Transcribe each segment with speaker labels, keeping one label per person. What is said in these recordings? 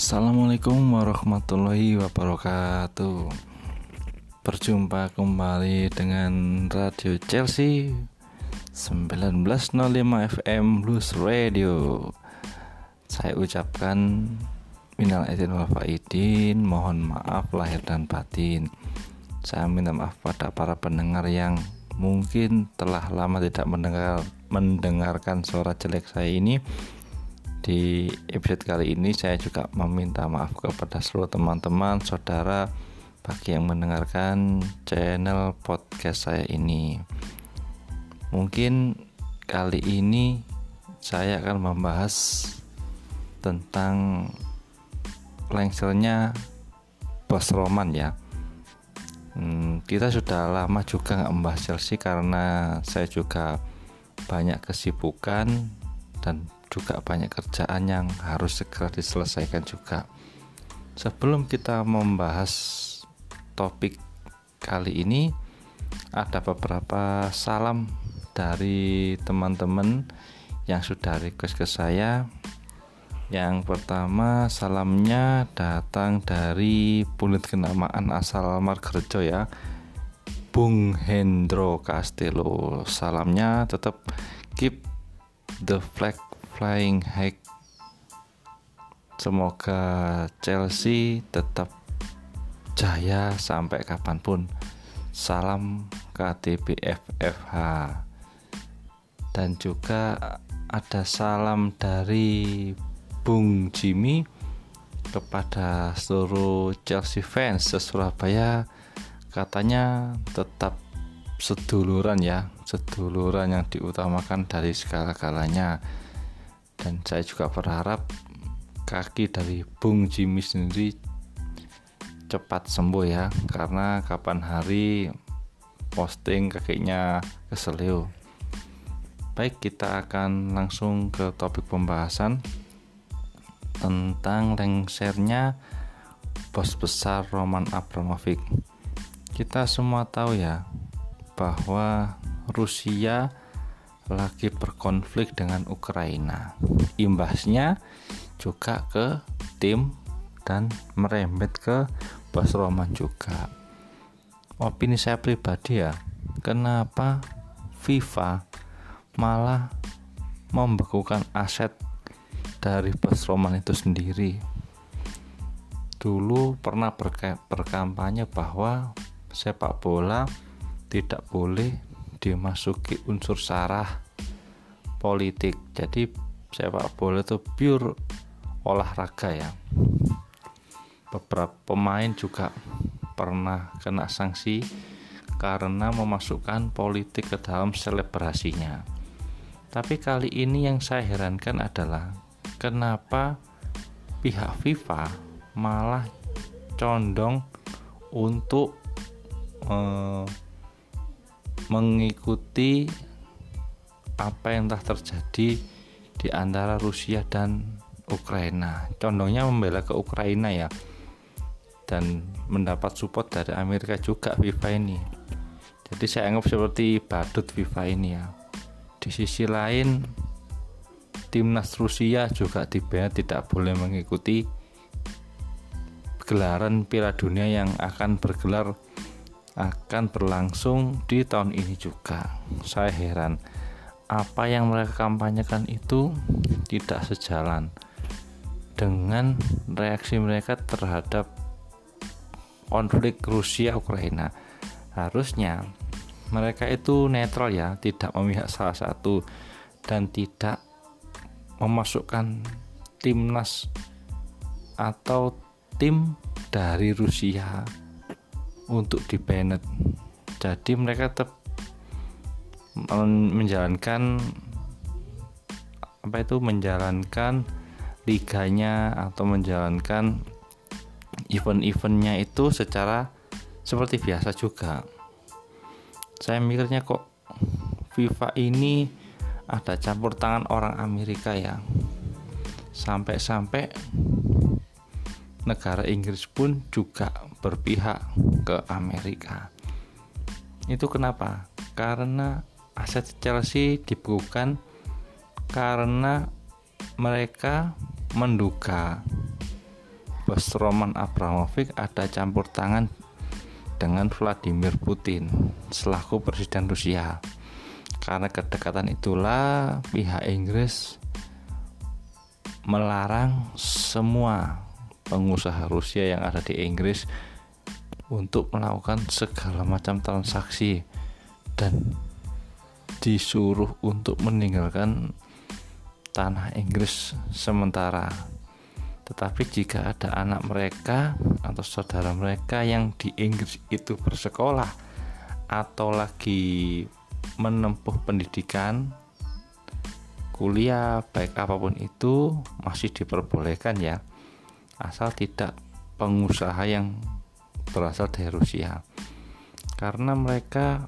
Speaker 1: Assalamualaikum warahmatullahi wabarakatuh. Berjumpa kembali dengan Radio Chelsea 1905 FM Blues Radio. Saya ucapkan minal aidin wal faizin, mohon maaf lahir dan batin. Saya minta maaf pada para pendengar yang mungkin telah lama tidak mendengarkan suara jelek saya ini. Di episode kali ini saya juga meminta maaf kepada seluruh teman-teman, saudara bagi yang mendengarkan channel podcast saya ini. Mungkin kali ini saya akan membahas tentang lengsernya Bos Roman ya. Kita sudah lama juga nggak membahas Chelsea karena saya juga banyak kesibukan dan juga banyak kerjaan yang harus segera diselesaikan juga. Sebelum kita membahas topik kali ini, ada beberapa salam dari teman-teman yang sudah request ke saya. Yang pertama, salamnya datang dari Punit Kenamaan asal Margerjo ya, Bung Hendro Castello. Salamnya tetap keep the flag flying high. Semoga Chelsea tetap jaya sampai kapanpun. Salam KTBFFH. Dan juga ada salam dari Bung Jimmy kepada seluruh Chelsea fans se-Surabaya. Katanya tetap seduluran ya, seduluran yang diutamakan dari segala-galanya. Dan saya juga berharap kaki dari Bung Jimmy sendiri cepat sembuh ya, karena kapan hari posting kakinya keselio. Baik, kita akan langsung ke topik pembahasan tentang lengsernya bos besar Roman Abramovich. Kita semua tahu ya bahwa Rusia lagi berkonflik dengan Ukraina. Imbasnya juga ke tim dan merembet ke Bos Roman juga. Opini saya pribadi ya, kenapa FIFA malah membekukan aset dari Bos Roman itu sendiri? Dulu pernah berkampanye bahwa sepak bola tidak boleh dimasuki unsur sara politik. Jadi sepak bola itu pure olahraga ya. Beberapa pemain juga pernah kena sanksi karena memasukkan politik ke dalam selebrasinya. Tapi kali ini yang saya herankan adalah kenapa pihak FIFA malah condong untuk mengikuti apa yang telah terjadi di antara Rusia dan Ukraina. Condongnya membela ke Ukraina ya, dan mendapat support dari Amerika juga FIFA ini. Jadi saya anggap seperti badut FIFA ini ya. Di sisi lain, timnas Rusia juga dibela tidak boleh mengikuti gelaran Piala Dunia yang akan berlangsung di tahun ini juga. Saya heran, apa yang mereka kampanyekan itu tidak sejalan dengan reaksi mereka terhadap konflik Rusia Ukraina. Harusnya mereka itu netral ya, tidak memihak salah satu dan tidak memasukkan timnas atau tim dari Rusia untuk dibanet. Jadi mereka tetap menjalankan liganya atau menjalankan event-eventnya itu secara seperti biasa juga. Saya mikirnya kok FIFA ini ada campur tangan orang Amerika ya, sampai-sampai negara Inggris pun juga berpihak ke Amerika. Itu kenapa? Karena aset Chelsea dibekukan karena mereka menduga bos Roman Abramovich ada campur tangan dengan Vladimir Putin selaku presiden Rusia. Karena kedekatan itulah pihak Inggris melarang semua pengusaha Rusia yang ada di Inggris untuk melakukan segala macam transaksi dan disuruh untuk meninggalkan tanah Inggris sementara. Tetapi jika ada anak mereka atau saudara mereka yang di Inggris itu bersekolah atau lagi menempuh pendidikan, kuliah, baik apapun itu masih diperbolehkan ya, asal tidak pengusaha yang berasal dari Rusia. Karena mereka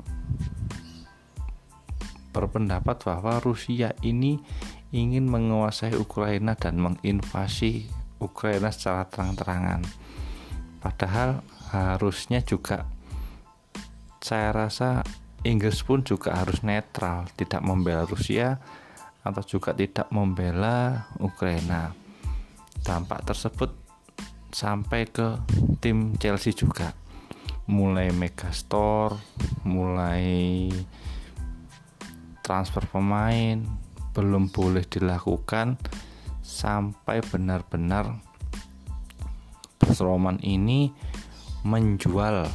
Speaker 1: berpendapat bahwa Rusia ini ingin menguasai Ukraina dan menginvasi Ukraina secara terang-terangan. Padahal harusnya juga saya rasa Inggris pun juga harus netral, tidak membela Rusia atau juga tidak membela Ukraina. Dampak tersebut sampai ke tim Chelsea juga, mulai megastore, mulai transfer pemain belum boleh dilakukan sampai benar-benar bos Roman ini menjual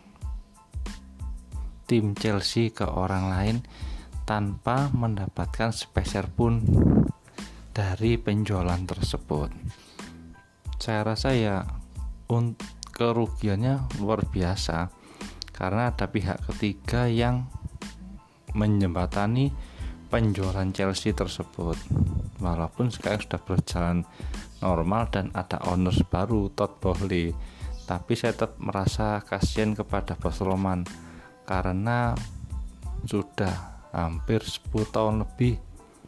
Speaker 1: tim Chelsea ke orang lain tanpa mendapatkan sepeser pun dari penjualan tersebut. Saya rasa ya kerugiannya luar biasa karena ada pihak ketiga yang menjembatani penjualan Chelsea tersebut. Walaupun sekarang sudah berjalan normal dan ada owners baru, Todd Boehly, tapi saya tetap merasa kasihan kepada bos Roman karena sudah hampir 10 tahun lebih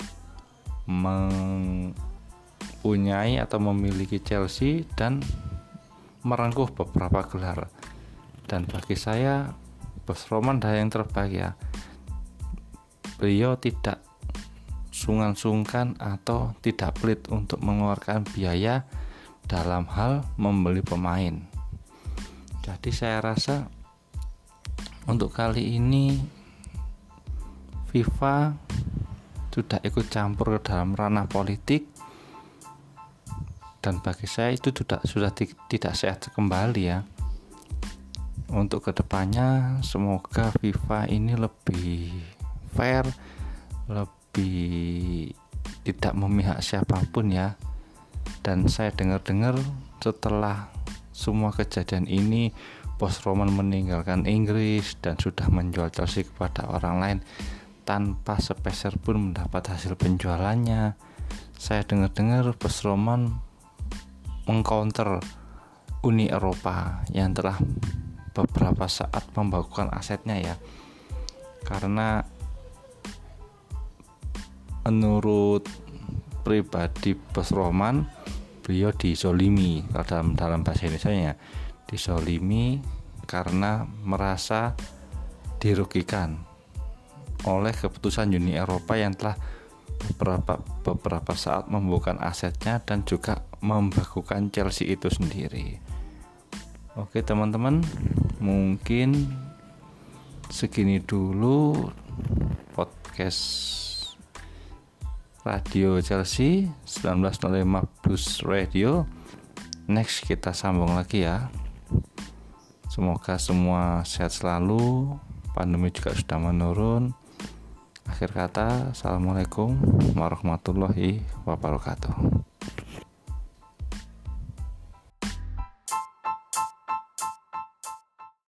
Speaker 1: mempunyai atau memiliki Chelsea dan merengkuh beberapa gelar. Dan bagi saya bos Roman adalah yang terbaik ya. Beliau tidak sungkan-sungkan atau tidak pelit untuk mengeluarkan biaya dalam hal membeli pemain. Jadi saya rasa untuk kali ini FIFA sudah ikut campur ke dalam ranah politik dan bagi saya itu sudah tidak sehat kembali ya. Untuk kedepannya semoga FIFA ini lebih fair, lebih tidak memihak siapapun ya. Dan saya dengar-dengar setelah semua kejadian ini bos Roman meninggalkan Inggris dan sudah menjual Chelsea kepada orang lain tanpa sepeser pun mendapat hasil penjualannya. Saya dengar-dengar bos Roman mengcounter Uni Eropa yang telah beberapa saat membakukan asetnya ya, karena menurut pribadi bos Roman beliau dizolimi, kalau dalam bahasa Indonesia dizolimi karena merasa dirugikan oleh keputusan Uni Eropa yang telah beberapa saat membukukan asetnya dan juga membakukan Chelsea itu sendiri. Oke teman-teman, mungkin segini dulu podcast Radio Chelsea 1905 Blues Radio. Next kita sambung lagi ya. Semoga semua sehat selalu, pandemi juga sudah menurun. Akhir kata, assalamualaikum warahmatullahi wabarakatuh.